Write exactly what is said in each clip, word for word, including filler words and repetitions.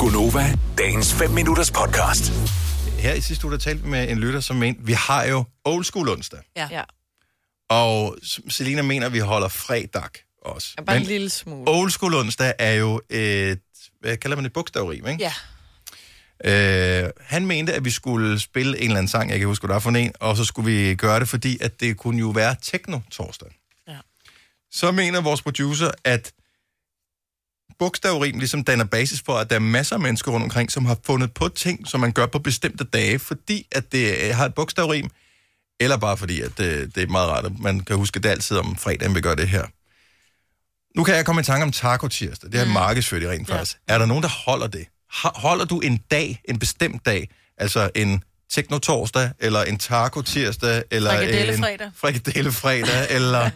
Gonova, dagens fem minutters podcast. Her i sidste uge, der talte vi med en lytter, som mente, vi har jo old school onsdag. Ja. ja. Og Selina mener, at vi holder fredag også. Ja, bare Men en lille smule. old school onsdag er jo et, hvad kalder man det, bogstavrim, ikke? Ja. Øh, han mente, at vi skulle spille en eller anden sang, jeg kan huske, hvad der er for en, og så skulle vi gøre det, fordi at det kunne jo være techno-torsdag. Ja. Så mener vores producer, at bogstavrim ligesom danner basis for, at der er masser af mennesker rundt omkring, som har fundet på ting, som man gør på bestemte dage, fordi at det har et bogstavrim, eller bare fordi, at det, det er meget rart, at man kan huske, at det er altid om fredagen, vi gør det her. Nu kan jeg komme i tanke om taco-tirsdag. Det er mm. markedsført i rent faktisk. Ja. Er der nogen, der holder det? Holder du en dag, en bestemt dag, altså en techno-torsdag, eller en taco-tirsdag, eller frikadellefredag. en frikadellefredag, eller...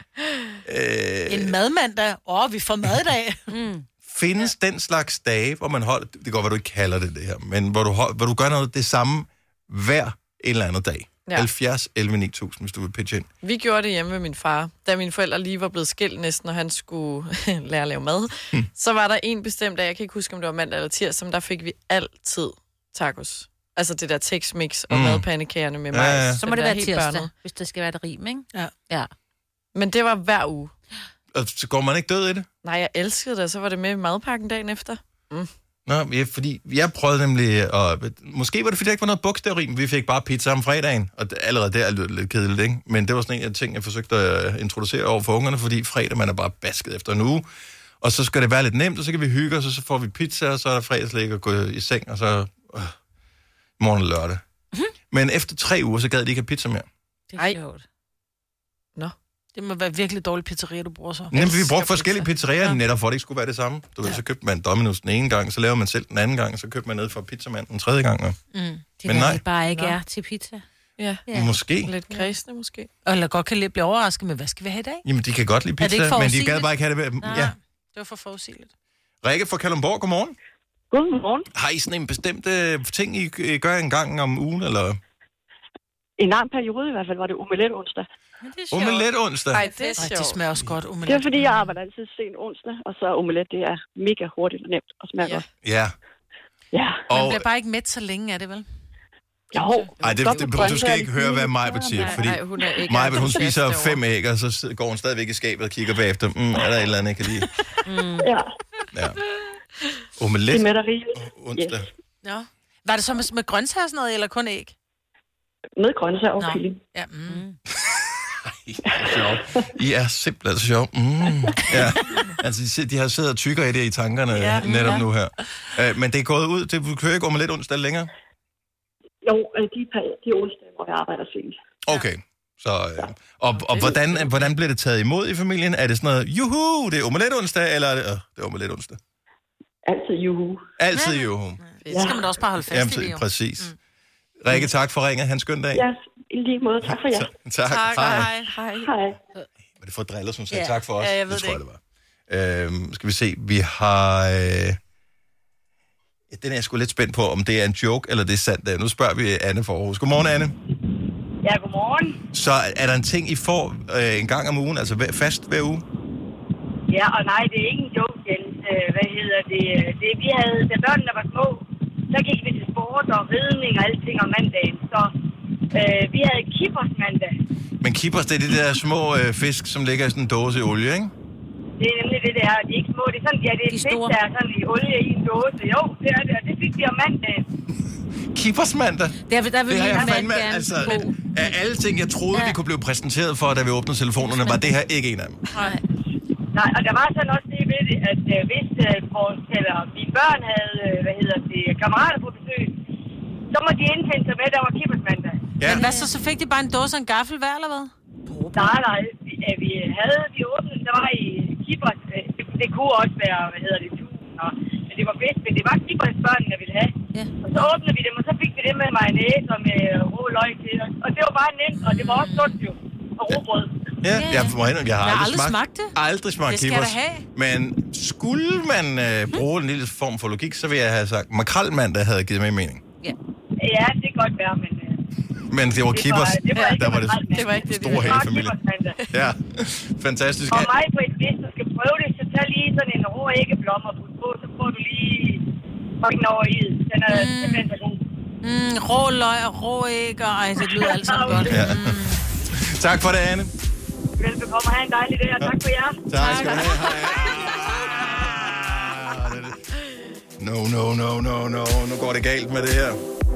øh, en madmandag. Åh, oh, vi får mad i dag. mm. Findes den slags dage, hvor man holder... Det kan godt være, du ikke kalder det det her, men hvor du, hold, hvor du gør noget det samme hver en eller anden dag. Ja. halvfjerds elleve ni tusind, hvis du vil pitche ind. Vi gjorde det hjemme med min far. Da mine forældre lige var blevet skilt næsten, og han skulle lære at lave mad, hmm. så var der en bestemt dag, jeg kan ikke huske, om det var mandag eller tirsdag, der fik vi altid tacos. Altså det der Tex-Mix og mm. madpandekagerne med mig. Ja, ja. Så må det være tirsdag, børnet. Hvis det skal være et rim, ikke? Ja. ja. Men det var hver uge. Og så går man ikke død i det? Nej, jeg elskede det, og så var det med i madpakken dagen efter. Mm. Nå, ja, fordi jeg prøvede nemlig, og måske var det fordi, der ikke var noget bogstavrim, vi fik bare pizza om fredagen, og det, allerede der er det lidt kedeligt, ikke? Men det var sådan en af ting, jeg forsøgte at introducere over for ungerne, fordi fredag, man er bare basket efter en uge, og så skal det være lidt nemt, og så kan vi hygge os, og så får vi pizza, og så er der fredagslæg og gå i seng, og så øh, morgen og lørdag. Mm-hmm. Men efter tre uger, så gad de ikke have pizza mere. Det er sjovt. Nå. Det må være virkelig dårlig pizzeria, du bruger så. Jamen, vi brugte forskellige pizzerier, ja. netop for at det ikke skulle være det samme. Du ved, ja. Så købte man Domino's den ene gang, så laver man selv den anden gang, så købte man ned fra pizzamanden den tredje gang. Og... Mm. Det men nej. Det bare ikke Nå. Er til pizza. Ja. ja. Måske. Lidt kredsende, måske. Eller godt kan lidt blive overrasket med, hvad skal vi have i dag? Jamen, de kan godt lide pizza, men de gad bare ikke have det. Nej, ja. Det var for forudsigeligt. Rikke fra Kalundborg, godmorgen. Godmorgen. Har I sådan en bestemt uh, ting, I gør en gang om ugen, eller... I en lang periode i hvert fald var det omelet onsdag. Omelet onsdag? Ej, det er sjovt. Ej, det smager også godt, omelet. Det er fordi, jeg arbejder altid sent onsdag, og så omelet, det er mega hurtigt og nemt og smager ja. godt. Ja. Ja. Man og... bliver bare ikke mæt så længe, er det vel? Jo. Ej, det, det, du skal ikke høre, hvad Majbert siger, fordi Majbert, hun spiser fem æg, og så går hun stadigvæk i skabet og kigger bagefter. Mm, er der et eller andet, jeg kan lide? Mm. Ja. Ja. Omelet det er onsdag. Yes. Ja. Var det så med, med grøntsager sådan noget, eller kun æg? Med grøntsager og kylling. Ja, mm. I er sjov. I er simpelthen så sjov. Mm. Ja. Altså, de har siddet og tykker i det i tankerne ja, netop ja. nu her. Uh, men det er gået ud til, du kører ikke omelet onsdag længere? Jo, de, de onsdage, hvor jeg arbejder sent. Okay. Så, øh, og og hvordan, hvordan bliver det taget imod i familien? Er det sådan noget, juhu, det er omelet onsdag, eller er det, øh, det er omelet onsdag? Altid juhu. Altid juhu. Det skal man også bare holde fast Jamen, i, jo. Præcis. Mm. Rikke, tak for ringet. Han skøn dag. Ja, i lige måde. Tak for jer. tak. tak. Hej. Hej. Hej. Hej. Var det for driller, som sagde ja. tak for os? Ja, jeg ved det, det tror jeg, det var. Øhm, skal vi se, vi har... Øh... Ja, den er jeg sgu lidt spændt på, om det er en joke, eller det er sandt. Nu spørger vi Anne for Aarhus. Godmorgen, Anne. Ja, godmorgen. Så er der en ting, I får øh, en gang om ugen, altså fast hver uge? Ja, og nej, det er ikke en joke, Jens. Hvad hedder det? det vi havde, da børnene var små, så gik vi til sport og ridning og alting om mandagen. Så øh, vi havde kippers mandag. Men kippers, det er de der små øh, fisk, som ligger i sådan en dåse i olie, ikke? Det er nemlig det, det er. De er ikke små. Det er sådan, ja, det er de fisk, der er sådan i olie i en dåse. Jo, det er det, og det fik vi om mandagen. Kippers mandag? Der, der vil det har jeg mand fandme, altså, af alle ting, jeg troede, ja. vi kunne blive præsenteret for, da vi åbnede telefonerne, var det her ikke en af dem. Nej. Nej, og der var sådan også det ved det, at øh, hvis øh, vores, eller mine børn havde, øh, hvad hedder det, kammerater på besøg, så må de indtænde sig med, der var kippers mandag. Ja. Men hvad så, så fik de bare en dåse og en gaffel hver, eller hvad? Nej, nej, vi, øh, vi havde de åbne, der var i kippers, øh, det, det kunne også være, hvad hedder det, tusind, og, men det var bedst, men det var kippers, børnene ville have. Ja. Og så åbnede vi dem, og så fik vi det med mayonnaise og med rå løg til, og det var bare nemt, og det var også sundt jo, og robrød. Ja, ja, jeg, må hende, jeg har jeg aldrig, aldrig smagt, smagt det. Aldrig smagt kippers. Men skulle man øh, bruge en lille form for logik, så vil jeg have sagt, makrelmandag havde givet mig mening. Ja, ja det kan godt være, men... Øh, men det var kippers, det var, det var der var det, det var ikke det store hele familie. Ja, fantastisk. Og mig på et, hvis du skal prøve det, så tag lige sådan en rå æggeblom og put på, så får du lige fucking over i. Den er mm. simpelthen så god. Mm, rå løg og rå æg, og ej, det lyder alt sammen godt. Ja. Mm. Tak for det, Anne. Velbekomme, have en dejlig dag, og tak for jer. Tak skal du have. Hej. No, no, no, no, no. Nu går det galt med det her.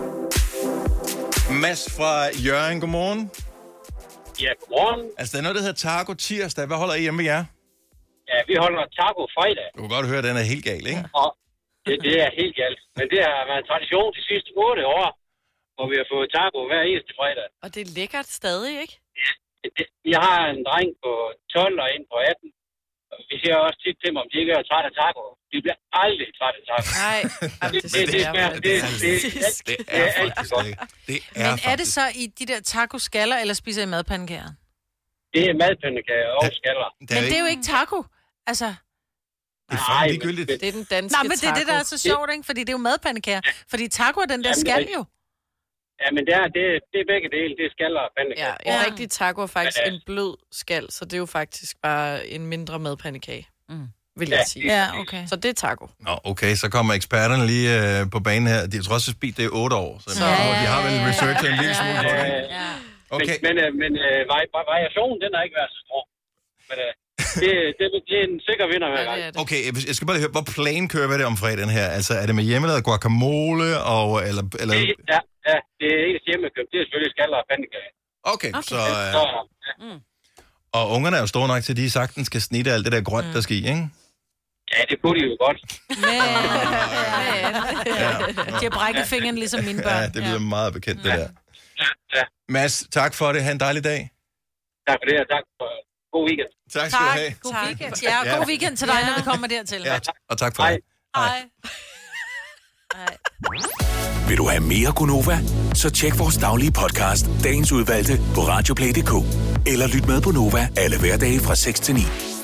Mads fra Hjørring, godmorgen. Ja, godmorgen. Altså, der er noget, der hedder Taco Tirsdag. Hvad holder I hjemme ved jer? Ja, vi holder taco fredag. Du kan godt høre, at den er helt gal, ikke? Og det, det er helt galt. Men det har været en tradition de sidste otte år, hvor vi har fået taco hver eneste fredag. Og det er lækkert stadig, ikke? Jeg har en dreng på tolv og en på atten. Og vi siger også tit til dem, om de ikke er træt af taco. De bliver aldrig træt af taco. Nej, det, det, det, det, det, det, det, det er altid godt. Det er Men er det så i de der taco-skaller, eller spiser I madpandekager? Det er madpandekager og skaller. Men det er jo ikke taco. Altså... Det er fandme ligegyldigt. Det er den danske Nej, men det er det, der er så sjovt, ikke? Fordi det er jo madpandekager. Fordi taco er den der skal jo. Ja, men det er, det, det er begge dele. Det er skaller og pandekager. Ja, en rigtig taco er faktisk en blød skal, så det er jo faktisk bare en mindre madpandekage, mm. vil jeg sige. Ja, okay. Så det er taco. Nå, okay, så kommer eksperterne lige øh, på banen her. De har trods alt speed, det er otte år, så ja, ja, de har vel researchet en lille smule på det. Ja. Okay. Men, men, men øh, variationen, den har ikke været så stor. Men øh, det, det, det er en sikker vinder hver gang. Okay, jeg skal bare lige høre, hvor plan kører vi det om fredagen her? Altså, er det med hjemmelavet guacamole, og, eller... eller... Ja, ja, det er ikke hjemmekøbt. Det er selvfølgelig skaller og pandekager. Okay, okay, så... Øh, så ja. mm. Og ungerne er jo store nok til, at de sagtens skal snitte alt det der grønt, mm. der skal i, ikke? Ja, det kunne de jo godt. Men, ja, de har brækket fingeren ligesom mine børn. Ja, det bliver ja. meget bekendt, det ja. der. Ja, ja. Mads, tak for det. Ha' en dejlig dag. Tak for det, og tak for god weekend. Tak skal tak. du have. God tak. weekend. Ja, god weekend til dig, ja. når vi kommer dertil. Ja, og tak for Hej. det. Hej. Hej. Vil du have mere Gunova? Så tjek vores daglige podcast, dagens udvalgte, på radioplay punktum d k. Eller lyt med på Nova alle hverdage fra seks til ni.